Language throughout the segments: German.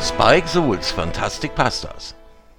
Spike Souls Fantastic Pastas.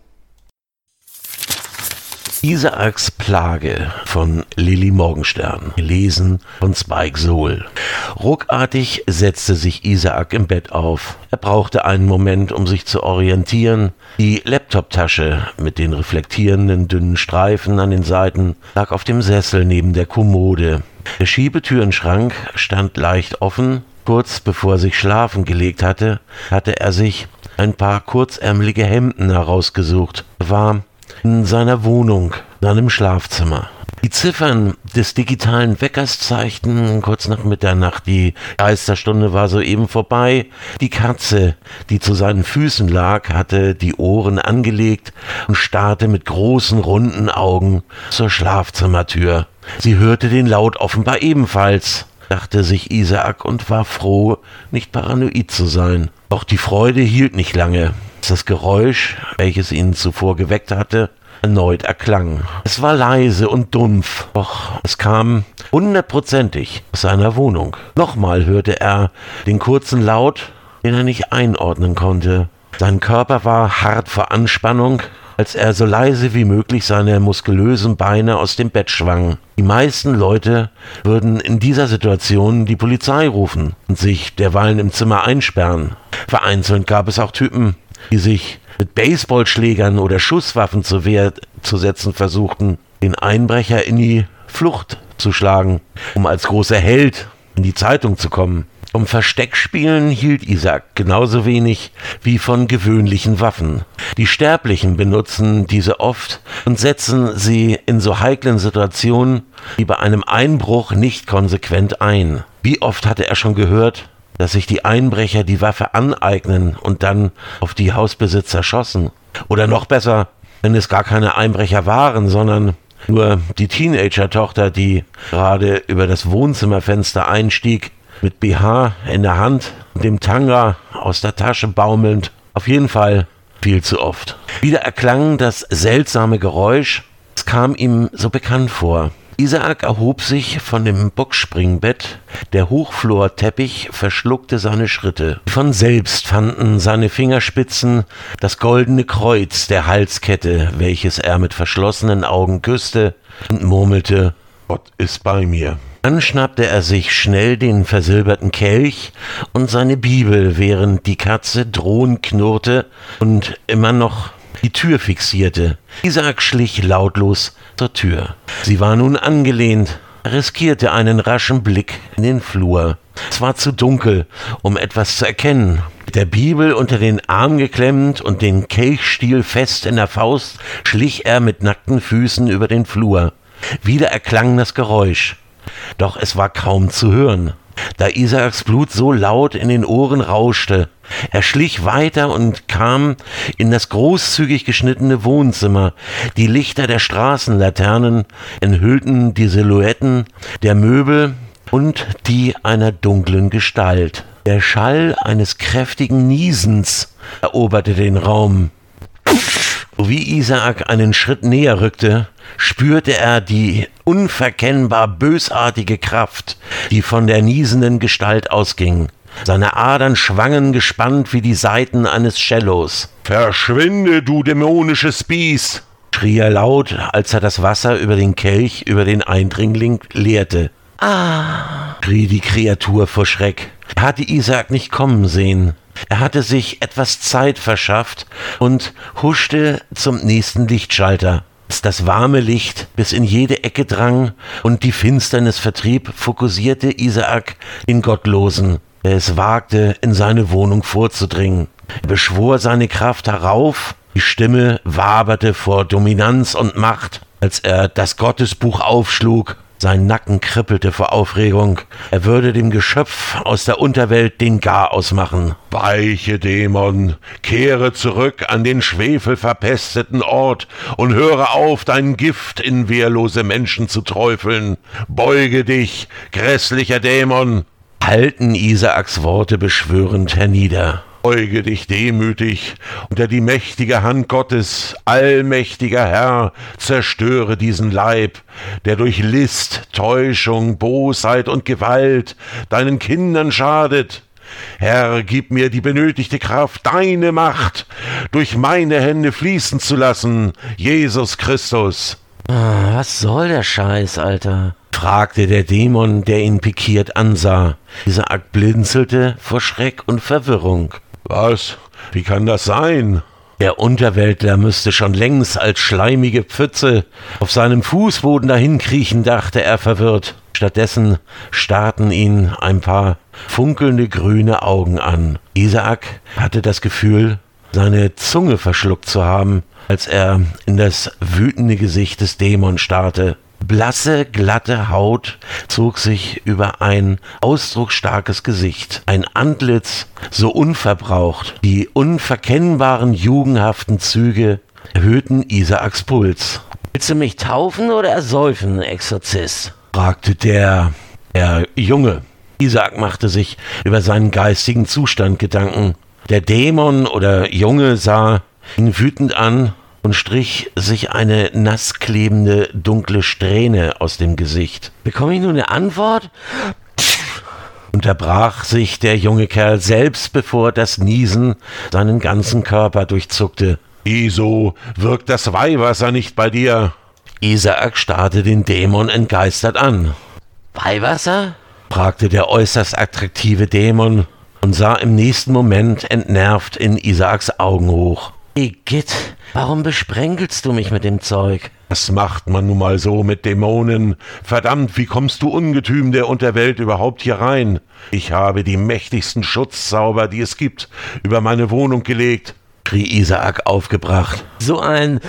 Isaaks Plage von Lilly Morgenstern, gelesen von Spike Soul. Ruckartig setzte sich Isaak im Bett auf. Er brauchte einen Moment, um sich zu orientieren. Die Laptoptasche mit den reflektierenden dünnen Streifen an den Seiten lag auf dem Sessel neben der Kommode. Der Schiebetürenschrank stand leicht offen. Kurz bevor er sich schlafen gelegt hatte, hatte er sich ein paar kurzärmelige Hemden herausgesucht. Er war in seiner Wohnung, seinem Schlafzimmer. Die Ziffern des digitalen Weckers zeigten kurz nach Mitternacht. Die Geisterstunde war soeben vorbei. Die Katze, die zu seinen Füßen lag, hatte die Ohren angelegt und starrte mit großen, runden Augen zur Schlafzimmertür. Sie hörte den Laut offenbar ebenfalls, dachte sich Isaak und war froh, nicht paranoid zu sein. Doch die Freude hielt nicht lange. Das Geräusch, welches ihn zuvor geweckt hatte, erneut erklang. Es war leise und dumpf, doch es kam hundertprozentig aus seiner Wohnung. Nochmal hörte er den kurzen Laut, den er nicht einordnen konnte. Sein Körper war hart vor Anspannung, als er so leise wie möglich seine muskulösen Beine aus dem Bett schwang. Die meisten Leute würden in dieser Situation die Polizei rufen und sich derweilen im Zimmer einsperren. Vereinzelt gab es auch Typen, die sich mit Baseballschlägern oder Schusswaffen zur Wehr zu setzen versuchten, den Einbrecher in die Flucht zu schlagen, um als großer Held in die Zeitung zu kommen. Vom Versteckspielen hielt Isaak genauso wenig wie von gewöhnlichen Waffen. Die Sterblichen benutzen diese oft und setzen sie in so heiklen Situationen wie bei einem Einbruch nicht konsequent ein. Wie oft hatte er schon gehört, dass sich die Einbrecher die Waffe aneignen und dann auf die Hausbesitzer schossen. Oder noch besser, wenn es gar keine Einbrecher waren, sondern nur die Teenager-Tochter, die gerade über das Wohnzimmerfenster einstieg, mit BH in der Hand und dem Tanga aus der Tasche baumelnd. Auf jeden Fall viel zu oft. Wieder erklang das seltsame Geräusch. Es kam ihm so bekannt vor. Isaak erhob sich von dem Boxspringbett. Der Hochflorteppich verschluckte seine Schritte. Von selbst fanden seine Fingerspitzen das goldene Kreuz der Halskette, welches er mit verschlossenen Augen küsste und murmelte: Gott ist bei mir. Dann schnappte er sich schnell den versilberten Kelch und seine Bibel, während die Katze drohend knurrte und immer noch die Tür fixierte. Isaak schlich lautlos zur Tür. Sie war nun angelehnt. Er riskierte einen raschen Blick in den Flur. Es war zu dunkel, um etwas zu erkennen. Mit der Bibel unter den Arm geklemmt und den Kelchstiel fest in der Faust, schlich er mit nackten Füßen über den Flur. Wieder erklang das Geräusch. Doch es war kaum zu hören, da Isaaks Blut so laut in den Ohren rauschte. Er schlich weiter und kam in das großzügig geschnittene Wohnzimmer. Die Lichter der Straßenlaternen enthüllten die Silhouetten der Möbel und die einer dunklen Gestalt. Der Schall eines kräftigen Niesens eroberte den Raum. Wie Isaak einen Schritt näher rückte, spürte er die unverkennbar bösartige Kraft, die von der niesenden Gestalt ausging. Seine Adern schwangen gespannt wie die Saiten eines Cellos. »Verschwinde, du dämonisches Biest!« schrie er laut, als er das Wasser über den Kelch über den Eindringling leerte. »Ah!« schrie die Kreatur vor Schreck. Er hatte Isaak nicht kommen sehen. Er hatte sich etwas Zeit verschafft und huschte zum nächsten Lichtschalter. Als das warme Licht bis in jede Ecke drang und die Finsternis vertrieb, fokussierte Isaak den Gottlosen, der es wagte, in seine Wohnung vorzudringen. Er beschwor seine Kraft herauf, die Stimme waberte vor Dominanz und Macht, als er das Gottesbuch aufschlug. Sein Nacken kribbelte vor Aufregung. Er würde dem Geschöpf aus der Unterwelt den Garaus machen. »Weiche, Dämon, kehre zurück an den schwefelverpesteten Ort und höre auf, dein Gift in wehrlose Menschen zu träufeln. Beuge dich, grässlicher Dämon!« Halten Isaaks Worte beschwörend hernieder. Beuge dich demütig unter die mächtige Hand Gottes, allmächtiger Herr, zerstöre diesen Leib, der durch List, Täuschung, Bosheit und Gewalt deinen Kindern schadet. Herr, gib mir die benötigte Kraft, deine Macht durch meine Hände fließen zu lassen, Jesus Christus. Was soll der Scheiß, Alter? Fragte der Dämon, der ihn pikiert ansah. Isaak blinzelte vor Schreck und Verwirrung. Was? Wie kann das sein? Der Unterweltler müsste schon längst als schleimige Pfütze auf seinem Fußboden dahinkriechen, dachte er verwirrt. Stattdessen starrten ihn ein paar funkelnde grüne Augen an. Isaak hatte das Gefühl, seine Zunge verschluckt zu haben, als er in das wütende Gesicht des Dämons starrte. Blasse, glatte Haut zog sich über ein ausdrucksstarkes Gesicht. Ein Antlitz so unverbraucht. Die unverkennbaren, jugendhaften Züge erhöhten Isaaks Puls. Willst du mich taufen oder ersäufen, Exorzist? Fragte der Junge. Isaak machte sich über seinen geistigen Zustand Gedanken. Der Dämon oder Junge sah ihn wütend an und strich sich eine nassklebende, dunkle Strähne aus dem Gesicht. Bekomme ich nun eine Antwort? Unterbrach sich der junge Kerl selbst, bevor das Niesen seinen ganzen Körper durchzuckte. Wieso wirkt das Weihwasser nicht bei dir? Isaak starrte den Dämon entgeistert an. Weihwasser? Fragte der äußerst attraktive Dämon und sah im nächsten Moment entnervt in Isaaks Augen hoch. Igitt, warum besprenkelst du mich mit dem Zeug? Das macht man nun mal so mit Dämonen. Verdammt, wie kommst du Ungetüm der Unterwelt überhaupt hier rein? Ich habe die mächtigsten Schutzzauber, die es gibt, über meine Wohnung gelegt, schrie Isaak aufgebracht. So ein...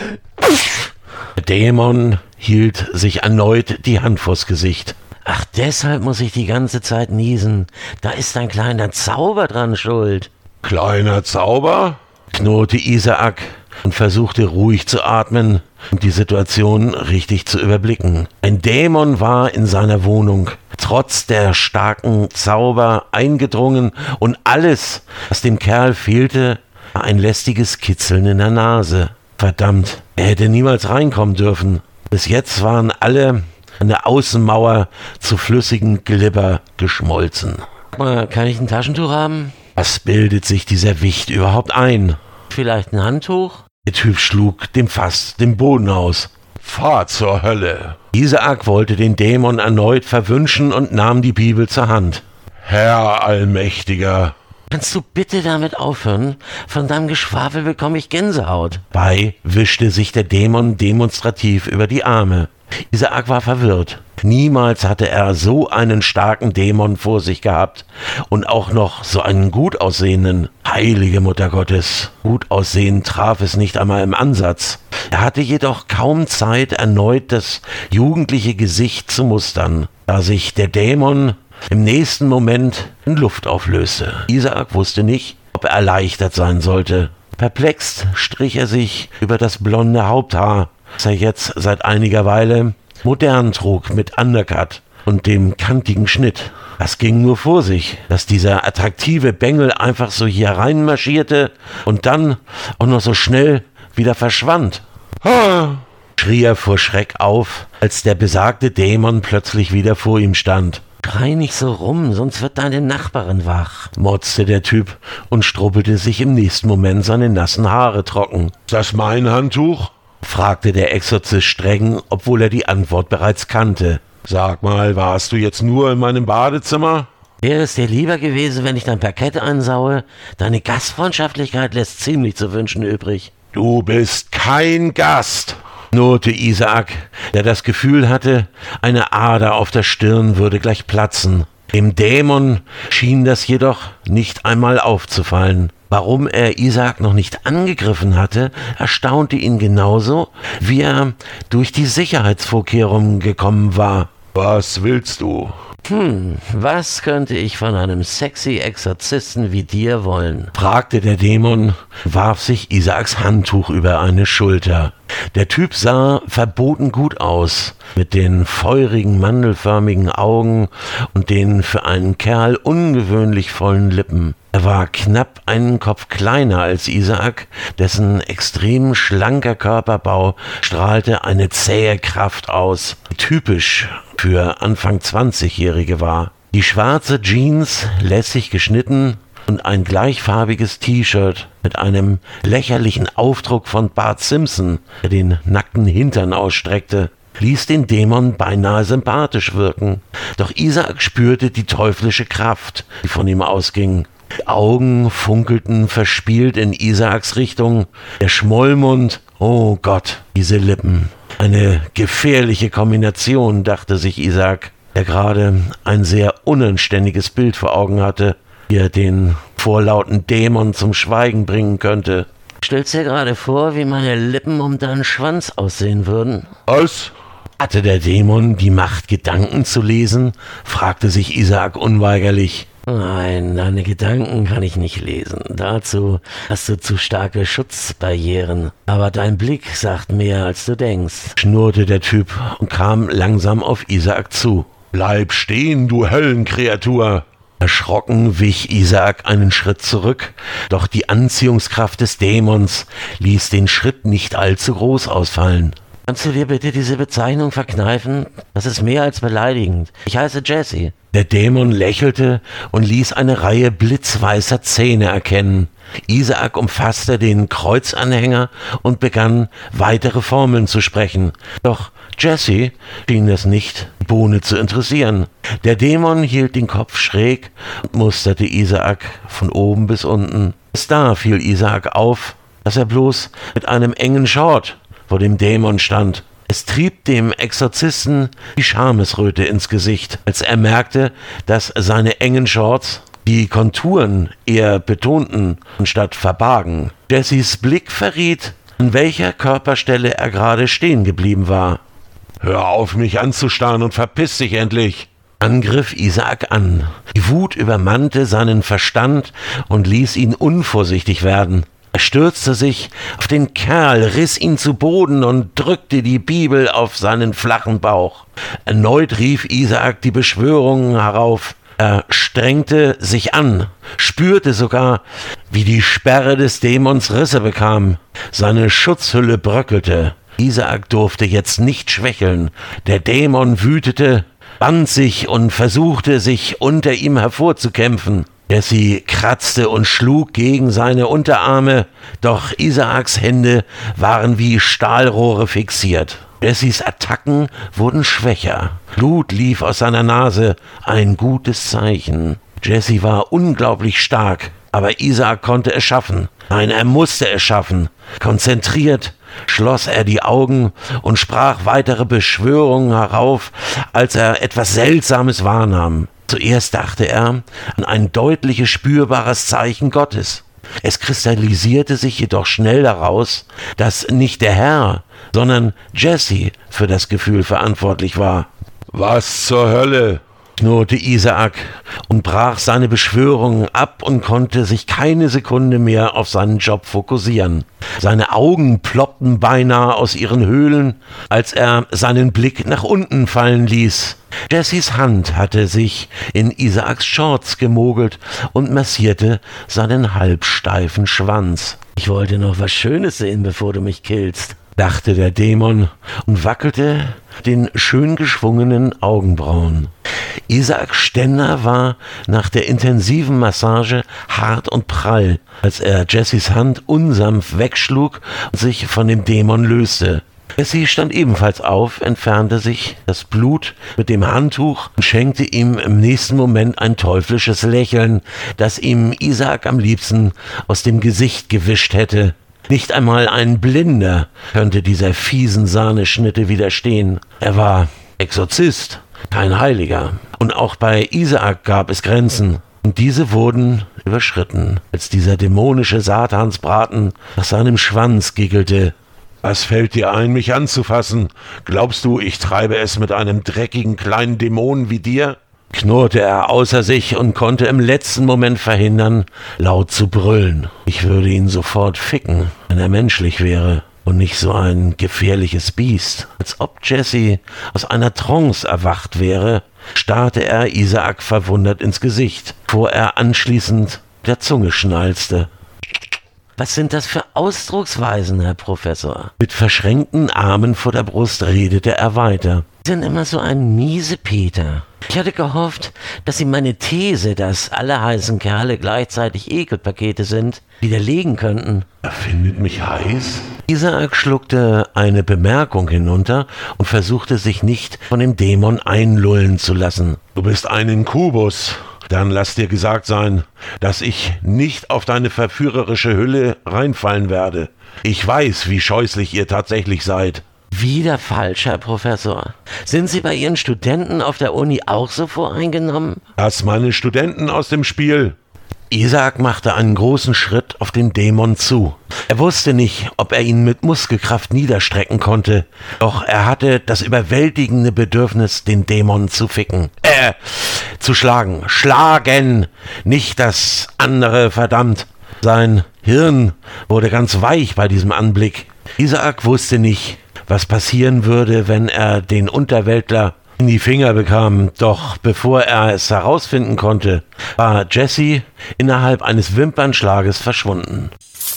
Der Dämon hielt sich erneut die Hand vors Gesicht. Ach, deshalb muss ich die ganze Zeit niesen. Da ist ein kleiner Zauber dran schuld. Kleiner Zauber? Knurrte Isaak und versuchte ruhig zu atmen und die Situation richtig zu überblicken. Ein Dämon war in seiner Wohnung, trotz der starken Zauber eingedrungen und alles, was dem Kerl fehlte, war ein lästiges Kitzeln in der Nase. Verdammt, er hätte niemals reinkommen dürfen. Bis jetzt waren alle an der Außenmauer zu flüssigem Glibber geschmolzen. Sag mal, kann ich ein Taschentuch haben? Was bildet sich dieser Wicht überhaupt ein? Vielleicht ein Handtuch? Der Typ schlug dem Fass den Boden aus. Fahr zur Hölle! Isaak wollte den Dämon erneut verwünschen und nahm die Bibel zur Hand. Herr Allmächtiger! Kannst du bitte damit aufhören? Von deinem Geschwafel bekomme ich Gänsehaut. Dabei wischte sich der Dämon demonstrativ über die Arme. Isaak war verwirrt. Niemals hatte er so einen starken Dämon vor sich gehabt und auch noch so einen gut aussehenden. Heilige Mutter Gottes, gut aussehen traf es nicht einmal im Ansatz. Er hatte jedoch kaum Zeit, erneut das jugendliche Gesicht zu mustern, da sich der Dämon im nächsten Moment in Luft auflöste. Isaak wusste nicht, ob er erleichtert sein sollte. Perplex strich er sich über das blonde Haupthaar, das er jetzt seit einiger Weile modern trug mit Undercut und dem kantigen Schnitt. Das ging nur vor sich, dass dieser attraktive Bengel einfach so hier reinmarschierte und dann auch noch so schnell wieder verschwand. Schrie er vor Schreck auf, als der besagte Dämon plötzlich wieder vor ihm stand. Schrei nicht so rum, sonst wird deine Nachbarin wach, motzte der Typ und struppelte sich im nächsten Moment seine nassen Haare trocken. Ist das mein Handtuch? Fragte der Exorzist streng, obwohl er die Antwort bereits kannte. Sag mal, warst du jetzt nur in meinem Badezimmer? Wäre es dir lieber gewesen, wenn ich dein Parkett einsaue? Deine Gastfreundschaftlichkeit lässt ziemlich zu wünschen übrig. Du bist kein Gast, knurrte Isaak, der das Gefühl hatte, eine Ader auf der Stirn würde gleich platzen. Dem Dämon schien das jedoch nicht einmal aufzufallen. Warum er Isaak noch nicht angegriffen hatte, erstaunte ihn genauso, wie er durch die Sicherheitsvorkehrungen gekommen war. Was willst du? Was könnte ich von einem sexy Exorzisten wie dir wollen? Fragte der Dämon, warf sich Isaaks Handtuch über eine Schulter. Der Typ sah verboten gut aus, mit den feurigen, mandelförmigen Augen und den für einen Kerl ungewöhnlich vollen Lippen. Er war knapp einen Kopf kleiner als Isaak, dessen extrem schlanker Körperbau strahlte eine zähe Kraft aus, die typisch für Anfang 20-Jährige war. Die schwarze Jeans, lässig geschnitten, und ein gleichfarbiges T-Shirt mit einem lächerlichen Aufdruck von Bart Simpson, der den nackten Hintern ausstreckte, ließ den Dämon beinahe sympathisch wirken. Doch Isaac spürte die teuflische Kraft, die von ihm ausging. Die Augen funkelten verspielt in Isaaks Richtung, der Schmollmund, oh Gott, diese Lippen. Eine gefährliche Kombination, dachte sich Isaac, der gerade ein sehr unanständiges Bild vor Augen hatte, wie er den vorlauten Dämon zum Schweigen bringen könnte. Stellst dir gerade vor, wie meine Lippen um deinen Schwanz aussehen würden? Was? Hatte der Dämon die Macht, Gedanken zu lesen? Fragte sich Isaac unweigerlich. Nein, deine Gedanken kann ich nicht lesen. Dazu hast du zu starke Schutzbarrieren. Aber dein Blick sagt mehr, als du denkst, schnurrte der Typ und kam langsam auf Isaac zu. Bleib stehen, du Höllenkreatur! Erschrocken wich Isaac einen Schritt zurück, doch die Anziehungskraft des Dämons ließ den Schritt nicht allzu groß ausfallen. Kannst du dir bitte diese Bezeichnung verkneifen? Das ist mehr als beleidigend. Ich heiße Jesse. Der Dämon lächelte und ließ eine Reihe blitzweißer Zähne erkennen. Isaac umfasste den Kreuzanhänger und begann, weitere Formeln zu sprechen. Doch Jesse schien es nicht, die Bohne zu interessieren. Der Dämon hielt den Kopf schräg und musterte Isaac von oben bis unten. Erst da fiel Isaac auf, dass er bloß mit einem engen Short vor dem Dämon stand. Es trieb dem Exorzisten die Schamesröte ins Gesicht, als er merkte, dass seine engen Shorts die Konturen eher betonten, anstatt verbargen. Jessys Blick verriet, an welcher Körperstelle er gerade stehen geblieben war. »Hör auf, mich anzustarren und verpiss dich endlich!« Angriff Isaac an. Die Wut übermannte seinen Verstand und ließ ihn unvorsichtig werden. Er stürzte sich auf den Kerl, riss ihn zu Boden und drückte die Bibel auf seinen flachen Bauch. Erneut rief Isaac die Beschwörungen herauf. Er strengte sich an, spürte sogar, wie die Sperre des Dämons Risse bekam. Seine Schutzhülle bröckelte. Isaac durfte jetzt nicht schwächeln. Der Dämon wütete, band sich und versuchte, sich unter ihm hervorzukämpfen. Jesse kratzte und schlug gegen seine Unterarme, doch Isaaks Hände waren wie Stahlrohre fixiert. Jessys Attacken wurden schwächer. Blut lief aus seiner Nase, ein gutes Zeichen. Jesse war unglaublich stark, aber Isaac konnte es schaffen. Nein, er musste es schaffen. Konzentriert schloss er die Augen und sprach weitere Beschwörungen herauf, als er etwas Seltsames wahrnahm. Zuerst dachte er an ein deutliches, spürbares Zeichen Gottes. Es kristallisierte sich jedoch schnell heraus, dass nicht der Herr, sondern Jesse für das Gefühl verantwortlich war. »Was zur Hölle?« knurrte Isaac und brach seine Beschwörungen ab und konnte sich keine Sekunde mehr auf seinen Job fokussieren. Seine Augen ploppten beinahe aus ihren Höhlen, als er seinen Blick nach unten fallen ließ. Jessys Hand hatte sich in Isaaks Shorts gemogelt und massierte seinen halbsteifen Schwanz. Ich wollte noch was Schönes sehen, bevor du mich killst, dachte der Dämon und wackelte den schön geschwungenen Augenbrauen. Isaaks Ständer war nach der intensiven Massage hart und prall, als er Jessys Hand unsanft wegschlug und sich von dem Dämon löste. Jesse stand ebenfalls auf, entfernte sich das Blut mit dem Handtuch und schenkte ihm im nächsten Moment ein teuflisches Lächeln, das ihm Isaac am liebsten aus dem Gesicht gewischt hätte. Nicht einmal ein Blinder könnte dieser fiesen Sahneschnitte widerstehen. Er war Exorzist, kein Heiliger. Und auch bei Isaac gab es Grenzen. Und diese wurden überschritten, als dieser dämonische Satansbraten nach seinem Schwanz giggelte. »Was fällt dir ein, mich anzufassen? Glaubst du, ich treibe es mit einem dreckigen kleinen Dämonen wie dir?« knurrte er außer sich und konnte im letzten Moment verhindern, laut zu brüllen. Ich würde ihn sofort ficken, wenn er menschlich wäre und nicht so ein gefährliches Biest. Als ob Jesse aus einer Trance erwacht wäre, starrte er Isaac verwundert ins Gesicht, bevor er anschließend der Zunge schnalzte. Was sind das für Ausdrucksweisen, Herr Professor? Mit verschränkten Armen vor der Brust redete er weiter. Sie sind immer so ein Miesepeter. Ich hatte gehofft, dass Sie meine These, dass alle heißen Kerle gleichzeitig Ekelpakete sind, widerlegen könnten. Er findet mich heiß? Isaak schluckte eine Bemerkung hinunter und versuchte sich nicht von dem Dämon einlullen zu lassen. Du bist ein Inkubus. Dann lass dir gesagt sein, dass ich nicht auf deine verführerische Hülle reinfallen werde. Ich weiß, wie scheußlich ihr tatsächlich seid. Wieder falsch, Herr Professor. Sind Sie bei Ihren Studenten auf der Uni auch so voreingenommen? Lass meine Studenten aus dem Spiel. Isaak machte einen großen Schritt auf den Dämon zu. Er wusste nicht, ob er ihn mit Muskelkraft niederstrecken konnte, doch er hatte das überwältigende Bedürfnis, den Dämon zu ficken. Zu schlagen. Schlagen! Nicht das andere, verdammt. Sein Hirn wurde ganz weich bei diesem Anblick. Isaak wusste nicht, was passieren würde, wenn er den Unterweltler in die Finger bekam. Doch bevor er es herausfinden konnte, war Jesse innerhalb eines Wimpernschlages verschwunden.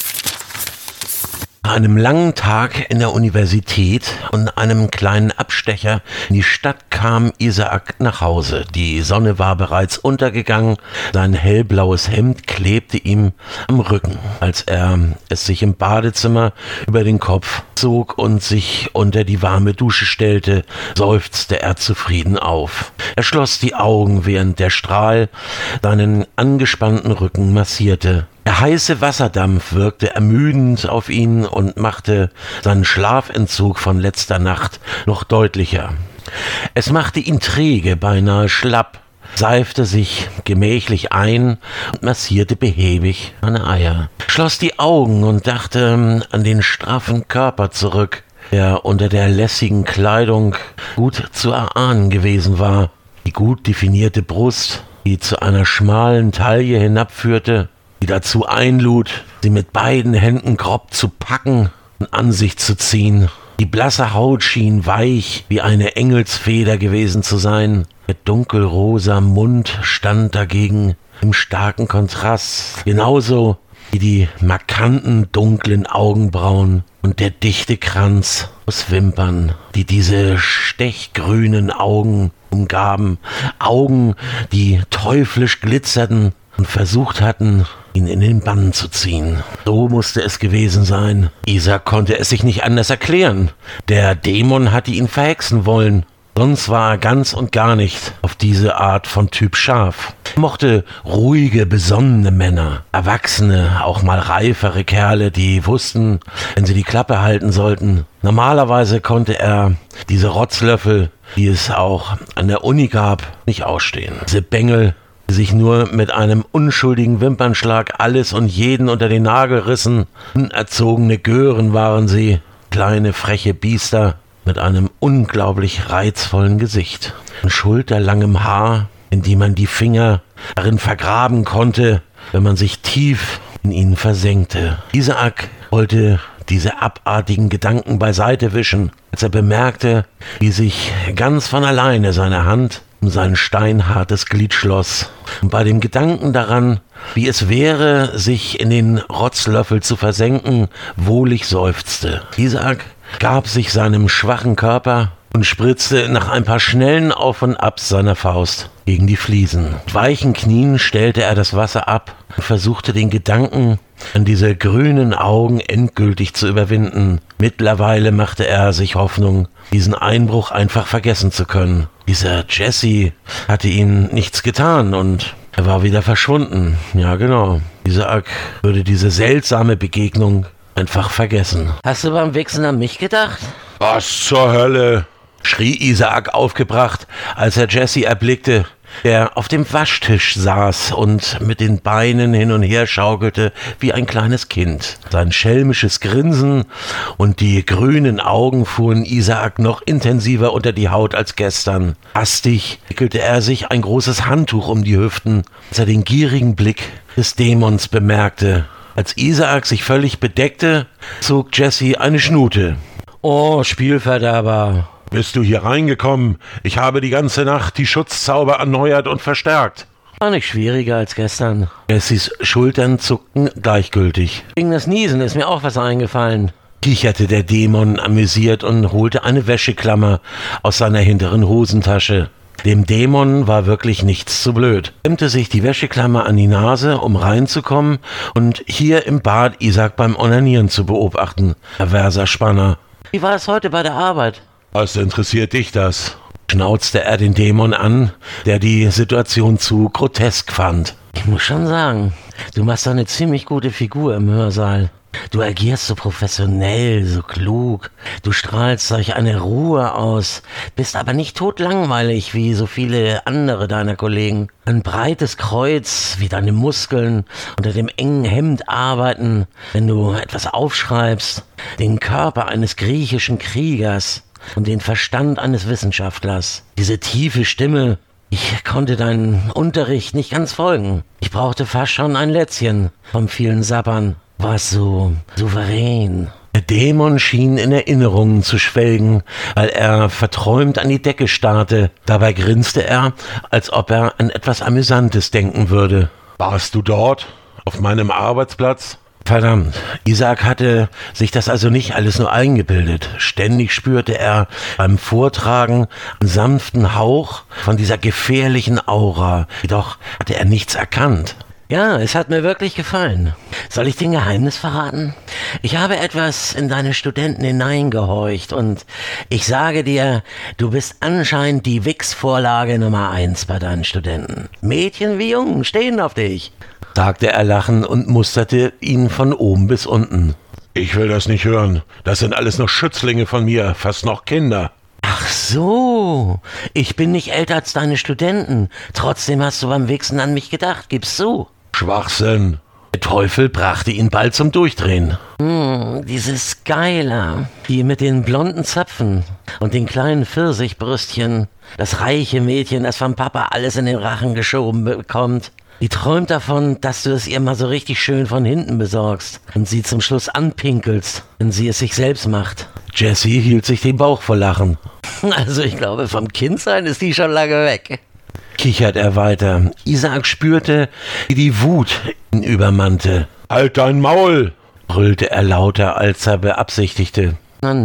Nach einem langen Tag in der Universität und einem kleinen Abstecher in die Stadt kam Isaak nach Hause. Die Sonne war bereits untergegangen, sein hellblaues Hemd klebte ihm am Rücken. Als er es sich im Badezimmer über den Kopf zog und sich unter die warme Dusche stellte, seufzte er zufrieden auf. Er schloss die Augen, während der Strahl seinen angespannten Rücken massierte. Der heiße Wasserdampf wirkte ermüdend auf ihn und machte seinen Schlafentzug von letzter Nacht noch deutlicher. Es machte ihn träge, beinahe schlapp, seifte sich gemächlich ein und massierte behäbig seine Eier. Schloss die Augen und dachte an den straffen Körper zurück, der unter der lässigen Kleidung gut zu erahnen gewesen war. Die gut definierte Brust, die zu einer schmalen Taille hinabführte, die dazu einlud, sie mit beiden Händen grob zu packen und an sich zu ziehen. Die blasse Haut schien weich wie eine Engelsfeder gewesen zu sein. Der dunkelrosa Mund stand dagegen im starken Kontrast, genauso wie die markanten dunklen Augenbrauen und der dichte Kranz aus Wimpern, die diese stechgrünen Augen umgaben. Augen, die teuflisch glitzerten und versucht hatten, ihn in den Bann zu ziehen. So musste es gewesen sein. Isaak konnte es sich nicht anders erklären. Der Dämon hatte ihn verhexen wollen. Sonst war er ganz und gar nicht auf diese Art von Typ scharf. Er mochte ruhige, besonnene Männer, erwachsene, auch mal reifere Kerle, die wussten, wenn sie die Klappe halten sollten. Normalerweise konnte er diese Rotzlöffel, die es auch an der Uni gab, nicht ausstehen. Diese Bengel, die sich nur mit einem unschuldigen Wimpernschlag alles und jeden unter den Nagel rissen. Unerzogene Gören waren sie, kleine freche Biester mit einem unglaublich reizvollen Gesicht. Ein schulterlangem Haar, in die man die Finger darin vergraben konnte, wenn man sich tief in ihnen versenkte. Isaak wollte diese abartigen Gedanken beiseite wischen, als er bemerkte, wie sich ganz von alleine seine Hand um sein steinhartes Glied schloss. Und bei dem Gedanken daran, wie es wäre, sich in den Rotzlöffel zu versenken, wohlig seufzte. Isaak gab sich seinem schwachen Körper und spritzte nach ein paar schnellen Auf und Abs seiner Faust gegen die Fliesen. Mit weichen Knien stellte er das Wasser ab und versuchte den Gedanken an diese grünen Augen endgültig zu überwinden. Mittlerweile machte er sich Hoffnung, diesen Einbruch einfach vergessen zu können. Dieser Jesse hatte ihm nichts getan und er war wieder verschwunden. Ja, genau. Isaak würde diese seltsame Begegnung einfach vergessen. Hast du beim Wichsen an mich gedacht? Was zur Hölle? Schrie Isaak aufgebracht, als er Jesse erblickte, der auf dem Waschtisch saß und mit den Beinen hin und her schaukelte wie ein kleines Kind. Sein schelmisches Grinsen und die grünen Augen fuhren Isaak noch intensiver unter die Haut als gestern. Hastig wickelte er sich ein großes Handtuch um die Hüften, als er den gierigen Blick des Dämons bemerkte. Als Isaak sich völlig bedeckte, zog Jesse eine Schnute. Oh, Spielverderber. Bist du hier reingekommen? Ich habe die ganze Nacht die Schutzzauber erneuert und verstärkt. War nicht schwieriger als gestern. Jessys Schultern zuckten gleichgültig. Wegen das Niesen ist mir auch was eingefallen. Kicherte der Dämon amüsiert und holte eine Wäscheklammer aus seiner hinteren Hosentasche. Dem Dämon war wirklich nichts zu blöd. Er klemmte sich die Wäscheklammer an die Nase, um reinzukommen und hier im Bad Isaac beim Onanieren zu beobachten. Perverser Spanner. Wie war es heute bei der Arbeit? Was interessiert dich das? Schnauzte er den Dämon an, der die Situation zu grotesk fand. Ich muss schon sagen, du machst doch eine ziemlich gute Figur im Hörsaal. Du agierst so professionell, so klug. Du strahlst solch eine Ruhe aus, bist aber nicht totlangweilig wie so viele andere deiner Kollegen. Ein breites Kreuz, wie deine Muskeln unter dem engen Hemd arbeiten, wenn du etwas aufschreibst. Den Körper eines griechischen Kriegers und den Verstand eines Wissenschaftlers. Diese tiefe Stimme. Ich konnte deinen Unterricht nicht ganz folgen. Ich brauchte fast schon ein Lätzchen vom vielen Sappern. Warst so souverän. Der Dämon schien in Erinnerungen zu schwelgen, weil er verträumt an die Decke starrte. Dabei grinste er, als ob er an etwas Amüsantes denken würde. Warst du dort? Auf meinem Arbeitsplatz? Verdammt, Isaac hatte sich das also nicht alles nur eingebildet. Ständig spürte er beim Vortragen einen sanften Hauch von dieser gefährlichen Aura. Jedoch hatte er nichts erkannt. Ja, es hat mir wirklich gefallen. Soll ich dir ein Geheimnis verraten? Ich habe etwas in deine Studenten hineingehorcht und ich sage dir, du bist anscheinend die Wix-Vorlage Nummer 1 bei deinen Studenten. Mädchen wie Jungen stehen auf dich, sagte er lachend und musterte ihn von oben bis unten. Ich will das nicht hören. Das sind alles noch Schützlinge von mir, fast noch Kinder. Ach so, ich bin nicht älter als deine Studenten. Trotzdem hast du beim Wichsen an mich gedacht, gib's zu. Schwachsinn. Der Teufel brachte ihn bald zum Durchdrehen. Diese Skylar, die mit den blonden Zöpfen und den kleinen Pfirsichbrüstchen, das reiche Mädchen, das vom Papa alles in den Rachen geschoben bekommt. Die träumt davon, dass du es ihr mal so richtig schön von hinten besorgst und sie zum Schluss anpinkelst, wenn sie es sich selbst macht. Jessie hielt sich den Bauch vor Lachen. Also ich glaube, vom Kindsein ist die schon lange weg. Kichert er weiter. Isaac spürte, wie die Wut ihn übermannte. Halt dein Maul, brüllte er lauter, als er beabsichtigte.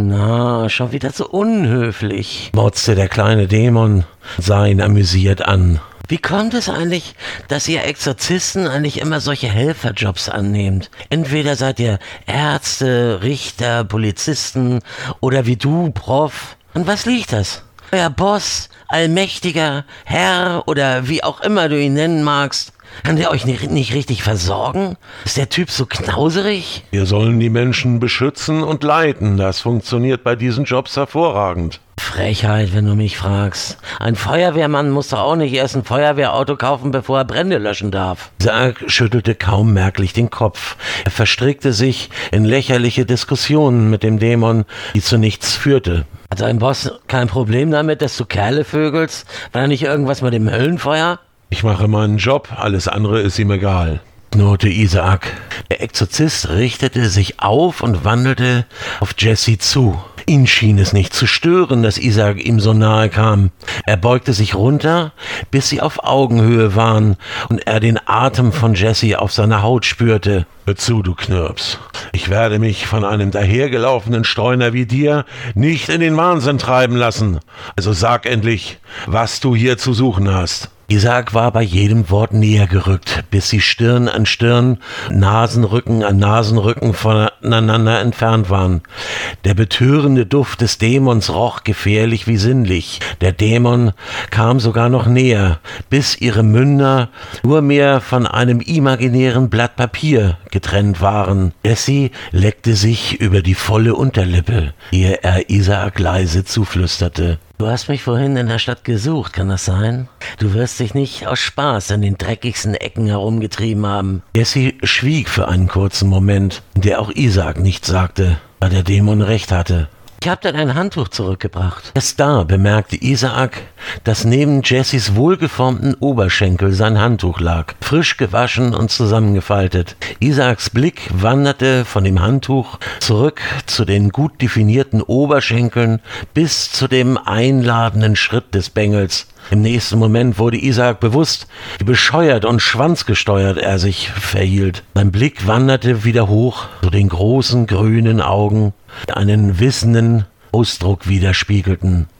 Na, schon wieder so unhöflich, motzte der kleine Dämon, sah ihn amüsiert an. Wie kommt es eigentlich, dass ihr Exorzisten eigentlich immer solche Helferjobs annehmt? Entweder seid ihr Ärzte, Richter, Polizisten oder wie du, Prof. An was liegt das? Euer Boss, allmächtiger Herr oder wie auch immer du ihn nennen magst, kann der euch nicht richtig versorgen? Ist der Typ so knauserig? Wir sollen die Menschen beschützen und leiten. Das funktioniert bei diesen Jobs hervorragend. Frechheit, wenn du mich fragst. Ein Feuerwehrmann muss doch auch nicht erst ein Feuerwehrauto kaufen, bevor er Brände löschen darf. Isaac schüttelte kaum merklich den Kopf. Er verstrickte sich in lächerliche Diskussionen mit dem Dämon, die zu nichts führte. Hat dein Boss kein Problem damit, dass du Kerle vögelst? War da nicht irgendwas mit dem Höllenfeuer? Ich mache meinen Job, alles andere ist ihm egal, knurrte Isaac. Der Exorzist richtete sich auf und wandelte auf Jessie zu. Ihn schien es nicht zu stören, dass Isaac ihm so nahe kam. Er beugte sich runter, bis sie auf Augenhöhe waren und er den Atem von Jessie auf seiner Haut spürte. Hör zu, du Knirps. Ich werde mich von einem dahergelaufenen Streuner wie dir nicht in den Wahnsinn treiben lassen. Also sag endlich, was du hier zu suchen hast. Isaac war bei jedem Wort näher gerückt, bis sie Stirn an Stirn, Nasenrücken an Nasenrücken voneinander entfernt waren. Der betörende Duft des Dämons roch gefährlich wie sinnlich. Der Dämon kam sogar noch näher, bis ihre Münder nur mehr von einem imaginären Blatt Papier getrennt waren. Jessie leckte sich über die volle Unterlippe, ehe er Isaac leise zuflüsterte. Du hast mich vorhin in der Stadt gesucht, kann das sein? Du wirst dich nicht aus Spaß in den dreckigsten Ecken herumgetrieben haben. Jessie schwieg für einen kurzen Moment, in der auch Isaac nichts sagte, weil der Dämon recht hatte. Ich habe dir ein Handtuch zurückgebracht. Erst da bemerkte Isaac, dass neben Jessies wohlgeformten Oberschenkel sein Handtuch lag, frisch gewaschen und zusammengefaltet. Isaacs Blick wanderte von dem Handtuch zurück zu den gut definierten Oberschenkeln bis zu dem einladenden Schritt des Bengels. Im nächsten Moment wurde Isaac bewusst, wie bescheuert und schwanzgesteuert er sich verhielt. Sein Blick wanderte wieder hoch zu den großen grünen Augen, die einen wissenden Ausdruck widerspiegelten.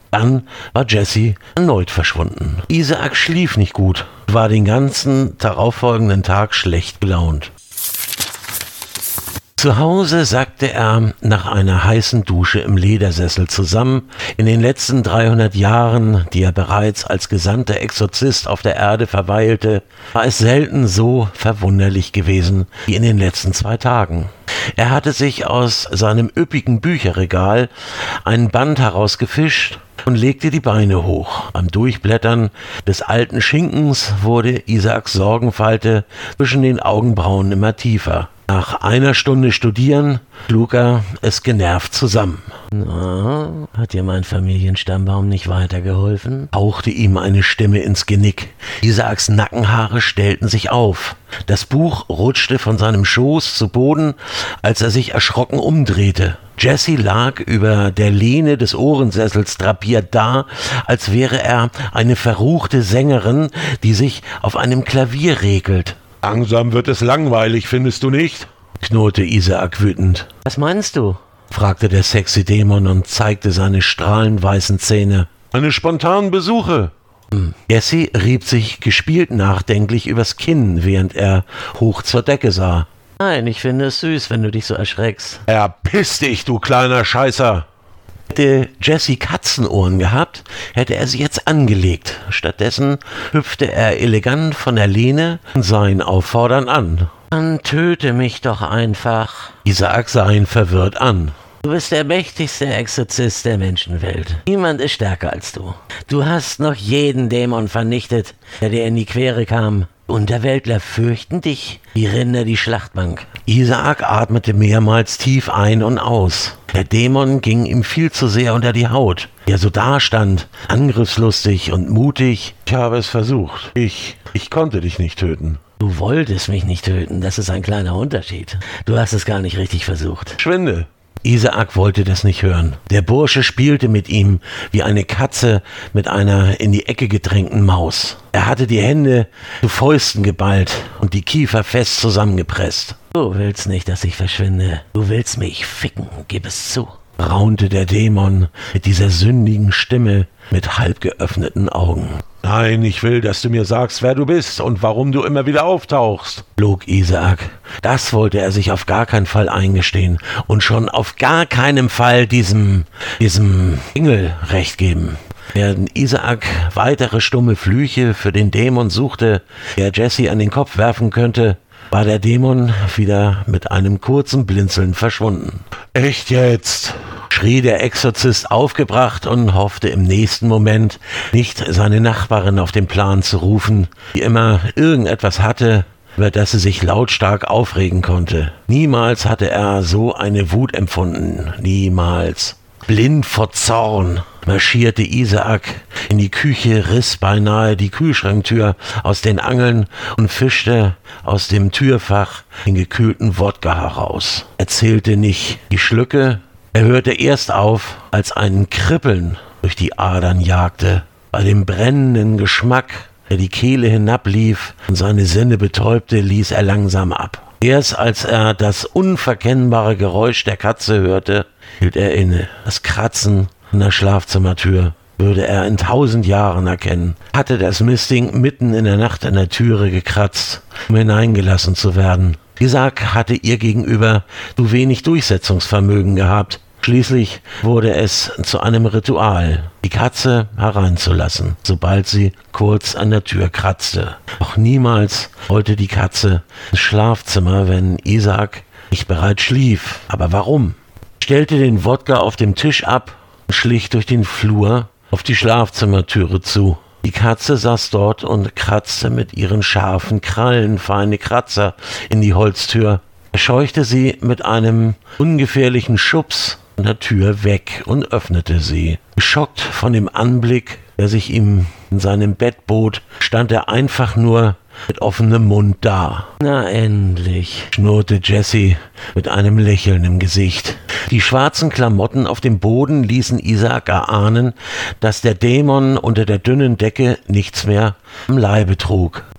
Dann war Jesse erneut verschwunden. Isaac schlief nicht gut, war den ganzen darauffolgenden Tag schlecht gelaunt. Zu Hause sackte er nach einer heißen Dusche im Ledersessel zusammen. In den letzten 300 Jahren, die er bereits als gesandter Exorzist auf der Erde verweilte, war es selten so verwunderlich gewesen wie in den letzten 2 Tagen. Er hatte sich aus seinem üppigen Bücherregal einen Band herausgefischt und legte die Beine hoch. Beim Durchblättern des alten Schinkens wurde Isaaks Sorgenfalte zwischen den Augenbrauen immer tiefer. Nach einer Stunde Studieren schlug er es genervt zusammen. Na, hat dir mein Familienstammbaum nicht weitergeholfen? Hauchte ihm eine Stimme ins Genick. Isaaks Nackenhaare stellten sich auf. Das Buch rutschte von seinem Schoß zu Boden, als er sich erschrocken umdrehte. Jesse lag über der Lehne des Ohrensessels drapiert da, als wäre er eine verruchte Sängerin, die sich auf einem Klavier regelt. Langsam wird es langweilig, findest du nicht? Knurrte Isaak wütend. Was meinst du? Fragte der sexy Dämon und zeigte seine strahlend weißen Zähne. Eine spontanen Besuche. Jesse rieb sich gespielt nachdenklich übers Kinn, während er hoch zur Decke sah. Nein, ich finde es süß, wenn du dich so erschreckst. Erpiss dich, du kleiner Scheißer. Hätte Jesse Katzenohren gehabt, hätte er sie jetzt angelegt. Stattdessen hüpfte er elegant von der Lehne und sah ihn auffordernd an. Dann töte mich doch einfach. Isaak sah ihn verwirrt an. Du bist der mächtigste Exorzist der Menschenwelt. Niemand ist stärker als du. Du hast noch jeden Dämon vernichtet, der dir in die Quere kam. Unterweltler fürchten dich, die Rinder die Schlachtbank. Isaak atmete mehrmals tief ein und aus. Der Dämon ging ihm viel zu sehr unter die Haut. Er so dastand, angriffslustig und mutig. Ich habe es versucht. Ich konnte dich nicht töten. Du wolltest mich nicht töten, das ist ein kleiner Unterschied. Du hast es gar nicht richtig versucht. Schwinde. Isaak wollte das nicht hören. Der Bursche spielte mit ihm wie eine Katze mit einer in die Ecke gedrängten Maus. Er hatte die Hände zu Fäusten geballt und die Kiefer fest zusammengepresst. Du willst nicht, dass ich verschwinde. Du willst mich ficken, gib es zu. Raunte der Dämon mit dieser sündigen Stimme mit halb geöffneten Augen. Nein, ich will, dass du mir sagst, wer du bist und warum du immer wieder auftauchst, log Isaak. Das wollte er sich auf gar keinen Fall eingestehen und schon auf gar keinen Fall diesem Engel recht geben. Während Isaak weitere stumme Flüche für den Dämon suchte, der Jesse an den Kopf werfen könnte, war der Dämon wieder mit einem kurzen Blinzeln verschwunden. Echt jetzt? Schrie der Exorzist aufgebracht und hoffte im nächsten Moment nicht seine Nachbarin auf den Plan zu rufen, die immer irgendetwas hatte, über das sie sich lautstark aufregen konnte. Niemals hatte er so eine Wut empfunden, niemals. Blind vor Zorn marschierte Isaak in die Küche, riss beinahe die Kühlschranktür aus den Angeln und fischte aus dem Türfach den gekühlten Wodka heraus. Er zählte nicht die Schlücke. Er hörte erst auf, als ein Kribbeln durch die Adern jagte. Bei dem brennenden Geschmack, der die Kehle hinablief und seine Sinne betäubte, ließ er langsam ab. Erst als er das unverkennbare Geräusch der Katze hörte, hielt er inne. Das Kratzen an der Schlafzimmertür würde er in 1000 Jahren erkennen. Hatte das Mistding mitten in der Nacht an der Türe gekratzt, um hineingelassen zu werden. Isaak hatte ihr gegenüber zu wenig Durchsetzungsvermögen gehabt. Schließlich wurde es zu einem Ritual, die Katze hereinzulassen, sobald sie kurz an der Tür kratzte. Doch niemals wollte die Katze ins Schlafzimmer, wenn Isaak nicht bereits schlief. Aber warum? Stellte den Wodka auf dem Tisch ab und schlich durch den Flur auf die Schlafzimmertüre zu. Die Katze saß dort und kratzte mit ihren scharfen Krallen feine Kratzer in die Holztür. Er scheuchte sie mit einem ungefährlichen Schubs von der Tür weg und öffnete sie. Geschockt von dem Anblick, der sich ihm in seinem Bett bot, stand er einfach nur mit offenem Mund da. Na endlich, schnurrte Jesse mit einem Lächeln im Gesicht. Die schwarzen Klamotten auf dem Boden ließen Isaak erahnen, dass der Dämon unter der dünnen Decke nichts mehr am Leibe trug.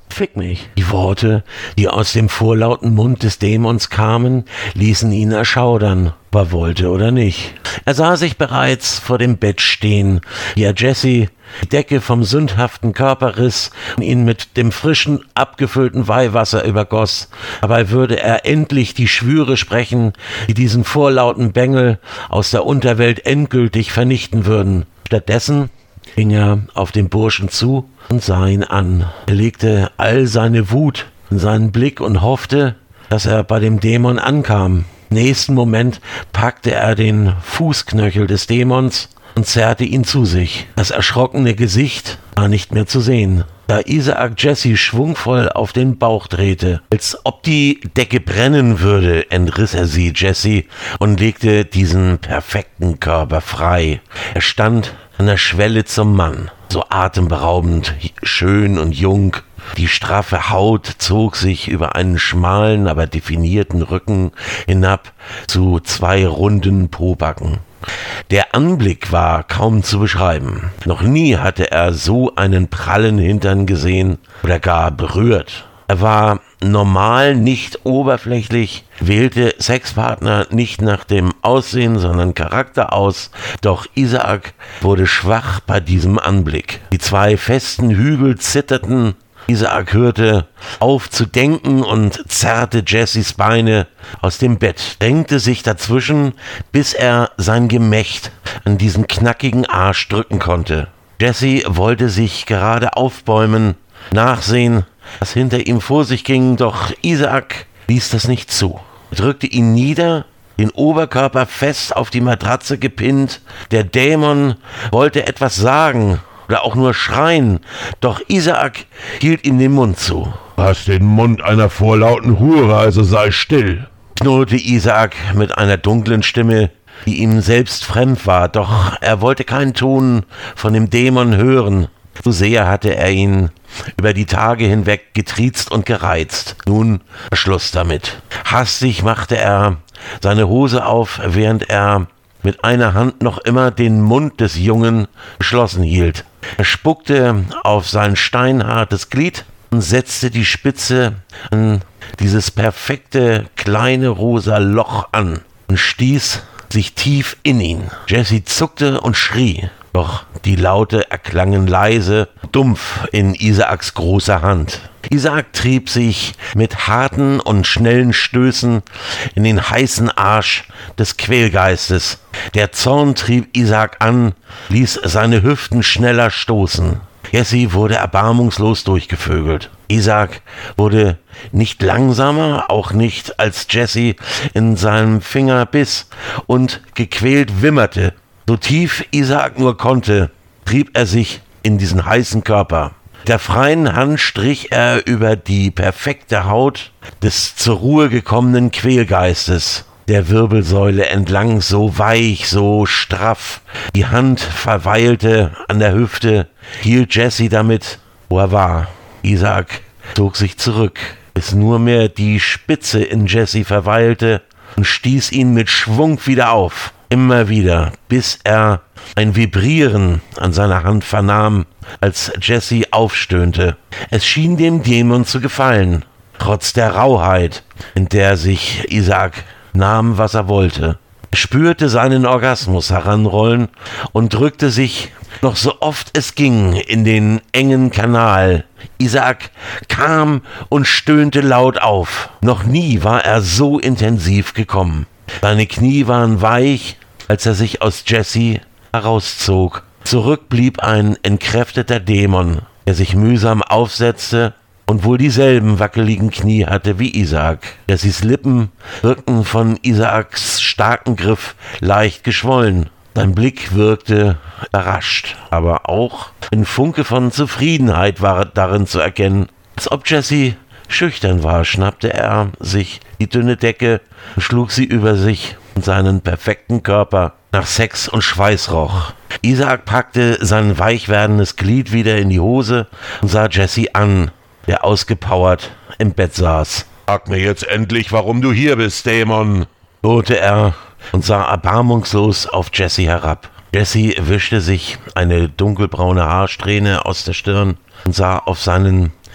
Fick mich. Die Worte, die aus dem vorlauten Mund des Dämons kamen, ließen ihn erschaudern, ob er wollte oder nicht. Er sah sich bereits vor dem Bett stehen, wie er Jesse die Decke vom sündhaften Körper riss und ihn mit dem frischen, abgefüllten Weihwasser übergoss. Dabei würde er endlich die Schwüre sprechen, die diesen vorlauten Bengel aus der Unterwelt endgültig vernichten würden. Stattdessen ging er auf den Burschen zu und sah ihn an. Er legte all seine Wut in seinen Blick und hoffte, dass er bei dem Dämon ankam. Im nächsten Moment packte er den Fußknöchel des Dämons und zerrte ihn zu sich. Das erschrockene Gesicht war nicht mehr zu sehen. Da Isaac Jesse schwungvoll auf den Bauch drehte, als ob die Decke brennen würde, entriss er sie Jesse und legte diesen perfekten Körper frei. Er stand an der Schwelle zum Mann, so atemberaubend, schön und jung. Die straffe Haut zog sich über einen schmalen, aber definierten Rücken hinab zu 2 runden Pobacken. Der Anblick war kaum zu beschreiben. Noch nie hatte er so einen prallen Hintern gesehen oder gar berührt. Er war normal, nicht oberflächlich, wählte Sexpartner nicht nach dem Aussehen, sondern Charakter aus. Doch Isaac wurde schwach bei diesem Anblick. Die 2 festen Hügel zitterten. Isaac hörte auf zu denken und zerrte Jessys Beine aus dem Bett, drängte sich dazwischen, bis er sein Gemächt an diesen knackigen Arsch drücken konnte. Jesse wollte sich gerade aufbäumen, nachsehen, was hinter ihm vor sich ging, doch Isaac ließ das nicht zu. Er drückte ihn nieder, den Oberkörper fest auf die Matratze gepinnt. Der Dämon wollte etwas sagen oder auch nur schreien, doch Isaac hielt ihm den Mund zu. Du hast den Mund einer vorlauten Hure, also sei still, knurrte Isaac mit einer dunklen Stimme, die ihm selbst fremd war, doch er wollte keinen Ton von dem Dämon hören. So sehr hatte er ihn über die Tage hinweg getriezt und gereizt. Nun Schluss damit. Hastig machte er seine Hose auf, während er mit einer Hand noch immer den Mund des Jungen geschlossen hielt. Er spuckte auf sein steinhartes Glied und setzte die Spitze an dieses perfekte kleine rosa Loch an und stieß sich tief in ihn. Jesse zuckte und schrie, doch die Laute erklangen leise, dumpf in Isaaks großer Hand. Isaac trieb sich mit harten und schnellen Stößen in den heißen Arsch des Quälgeistes. Der Zorn trieb Isaac an, ließ seine Hüften schneller stoßen. Jesse wurde erbarmungslos durchgevögelt. Isaac wurde nicht langsamer, auch nicht, als Jesse in seinem Finger biss und gequält wimmerte. So tief Isaac nur konnte, trieb er sich in diesen heißen Körper. Mit der freien Hand strich er über die perfekte Haut des zur Ruhe gekommenen Quälgeistes, der Wirbelsäule entlang, so weich, so straff. Die Hand verweilte an der Hüfte, hielt Jesse damit, wo er war. Isaac zog sich zurück, bis nur mehr die Spitze in Jesse verweilte und stieß ihn mit Schwung wieder auf. Immer wieder, bis er ein Vibrieren an seiner Hand vernahm, als Jesse aufstöhnte. Es schien dem Dämon zu gefallen, trotz der Rauheit, in der sich Isaac nahm, was er wollte. Er spürte seinen Orgasmus heranrollen und drückte sich, noch so oft es ging, in den engen Kanal. Isaac kam und stöhnte laut auf. Noch nie war er so intensiv gekommen. Seine Knie waren weich, als er sich aus Jesse herauszog. Zurück blieb ein entkräfteter Dämon, der sich mühsam aufsetzte und wohl dieselben wackeligen Knie hatte wie Isaac. Jessys Lippen wirkten von Isaaks starken Griff leicht geschwollen. Sein Blick wirkte überrascht, aber auch ein Funke von Zufriedenheit war darin zu erkennen. Als ob Jesse schüchtern war, schnappte er sich die dünne Decke und schlug sie über sich und seinen perfekten Körper nach Sex und Schweiß roch. Isaac packte sein weich werdendes Glied wieder in die Hose und sah Jesse an, der ausgepowert im Bett saß. Sag mir jetzt endlich, warum du hier bist, Dämon, Drohte er und sah erbarmungslos auf Jesse herab. Jesse wischte sich eine dunkelbraune Haarsträhne aus der Stirn und sah auf seinen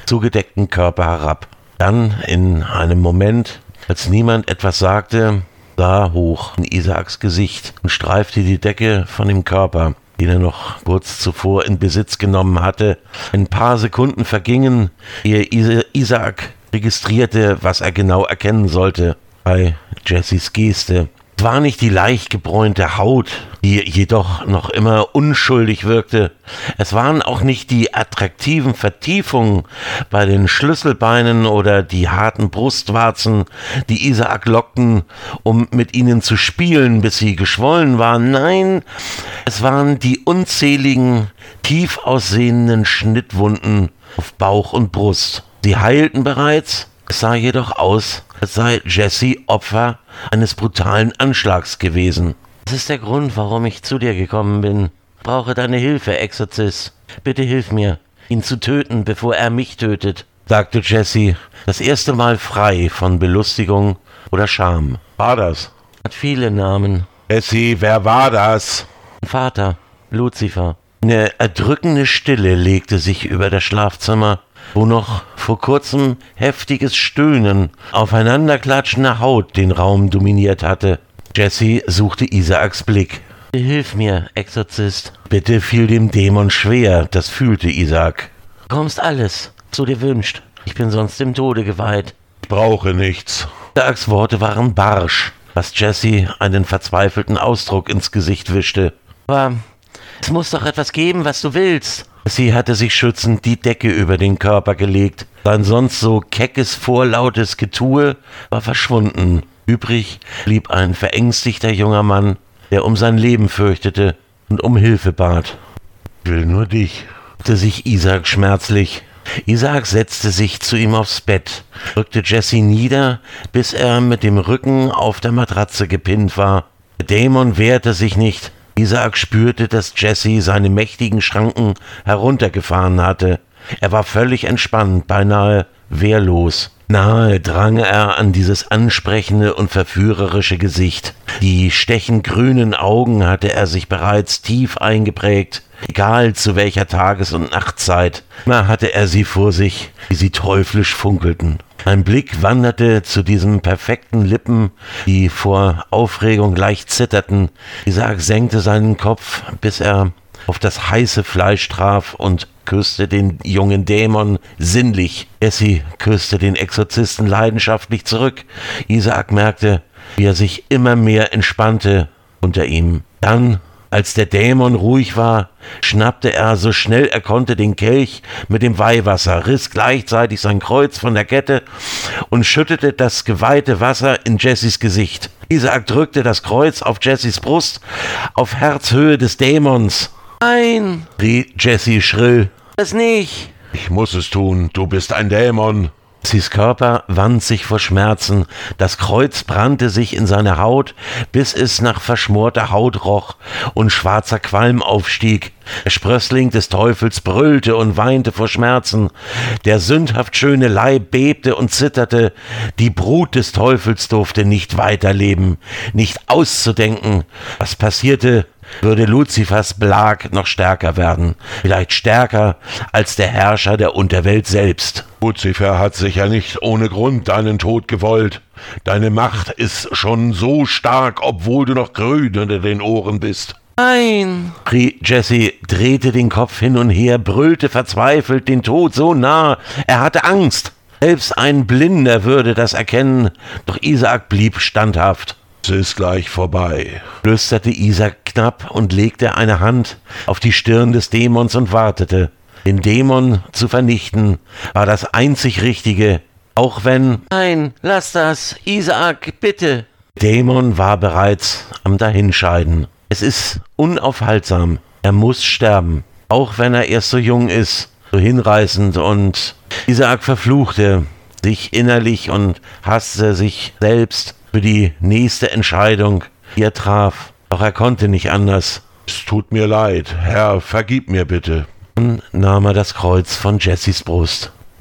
zugedeckten Körper herab. Dann, in einem Moment, als niemand etwas sagte, sah hoch in Isaaks Gesicht und streifte die Decke von dem Körper, den er noch kurz zuvor in Besitz genommen hatte. Ein paar Sekunden vergingen, ehe Isaak registrierte, was er genau erkennen sollte bei Jessys Geste. Es war nicht die leicht gebräunte Haut, die jedoch noch immer unschuldig wirkte. Es waren auch nicht die attraktiven Vertiefungen bei den Schlüsselbeinen oder die harten Brustwarzen, die Isaak lockten, um mit ihnen zu spielen, bis sie geschwollen waren. Nein, es waren die unzähligen, tief aussehenden Schnittwunden auf Bauch und Brust. Sie heilten bereits, es sah jedoch aus, als sei Jesse Opfer eines brutalen Anschlags gewesen. Das ist der Grund, warum ich zu dir gekommen bin. Ich brauche deine Hilfe, Exorzist. Bitte hilf mir, ihn zu töten, bevor er mich tötet, sagte Jesse, das erste Mal frei von Belustigung oder Scham. War das? Hat viele Namen. Jesse, wer war das? Mein Vater, Lucifer. Eine erdrückende Stille legte sich über das Schlafzimmer, wo noch vor kurzem heftiges Stöhnen aufeinanderklatschender Haut den Raum dominiert hatte. Jesse suchte Isaaks Blick. »Hilf mir, Exorzist.« Bitte fiel dem Dämon schwer, das fühlte Isaak. »Du bekommst alles, was du dir wünschst. Ich bin sonst dem Tode geweiht.« »Ich brauche nichts.« Isaaks Worte waren barsch, was Jesse einen verzweifelten Ausdruck ins Gesicht wischte. »Aber es muss doch etwas geben, was du willst.« Sie hatte sich schützend die Decke über den Körper gelegt. Sein sonst so keckes, vorlautes Getue war verschwunden. Übrig blieb ein verängstigter junger Mann, der um sein Leben fürchtete und um Hilfe bat. »Ich will nur dich«, sagte sich Isaak schmerzlich. Isaak setzte sich zu ihm aufs Bett, drückte Jesse nieder, bis er mit dem Rücken auf der Matratze gepinnt war. Der Dämon wehrte sich nicht. Isaak spürte, dass Jesse seine mächtigen Schranken heruntergefahren hatte. Er war völlig entspannt, beinahe wehrlos. Nahe drang er an dieses ansprechende und verführerische Gesicht. Die stechend grünen Augen hatte er sich bereits tief eingeprägt. Egal zu welcher Tages- und Nachtzeit, immer hatte er sie vor sich, wie sie teuflisch funkelten. Ein Blick wanderte zu diesen perfekten Lippen, die vor Aufregung leicht zitterten. Isaak senkte seinen Kopf, bis er auf das heiße Fleisch traf und küsste den jungen Dämon sinnlich. Jesse küsste den Exorzisten leidenschaftlich zurück. Isaak merkte, wie er sich immer mehr entspannte unter ihm. Dann, als der Dämon ruhig war, schnappte er so schnell er konnte den Kelch mit dem Weihwasser, riss gleichzeitig sein Kreuz von der Kette und schüttete das geweihte Wasser in Jessys Gesicht. Isaak drückte das Kreuz auf Jessys Brust, auf Herzhöhe des Dämons. »Nein«, rief Jesse schrill, »das nicht.« »Ich muss es tun, du bist ein Dämon.« Jessys Körper wand sich vor Schmerzen, das Kreuz brannte sich in seine Haut, bis es nach verschmorter Haut roch und schwarzer Qualm aufstieg. Der Sprössling des Teufels brüllte und weinte vor Schmerzen. Der sündhaft schöne Leib bebte und zitterte. Die Brut des Teufels durfte nicht weiterleben, nicht auszudenken. Was passierte, würde Luzifers Belag noch stärker werden, vielleicht stärker als der Herrscher der Unterwelt selbst. Luzifer hat sicher nicht ohne Grund deinen Tod gewollt. Deine Macht ist schon so stark, obwohl du noch grün unter den Ohren bist. »Nein«, schrie Jesse, drehte den Kopf hin und her, brüllte verzweifelt, den Tod so nah, er hatte Angst. Selbst ein Blinder würde das erkennen, doch Isaak blieb standhaft. »Es ist gleich vorbei«, flüsterte Isaak knapp und legte eine Hand auf die Stirn des Dämons und wartete. Den Dämon zu vernichten war das einzig Richtige, auch wenn... »Nein, lass das, Isaak, bitte!« Der Dämon war bereits am Dahinscheiden. Es ist unaufhaltsam, er muss sterben, auch wenn er erst so jung ist, so hinreißend, und Isaak verfluchte sich innerlich und hasste sich selbst für die nächste Entscheidung, die er traf. Doch er konnte nicht anders. »Es tut mir leid, Herr, vergib mir bitte.« Dann nahm er das Kreuz von Jessys Brust.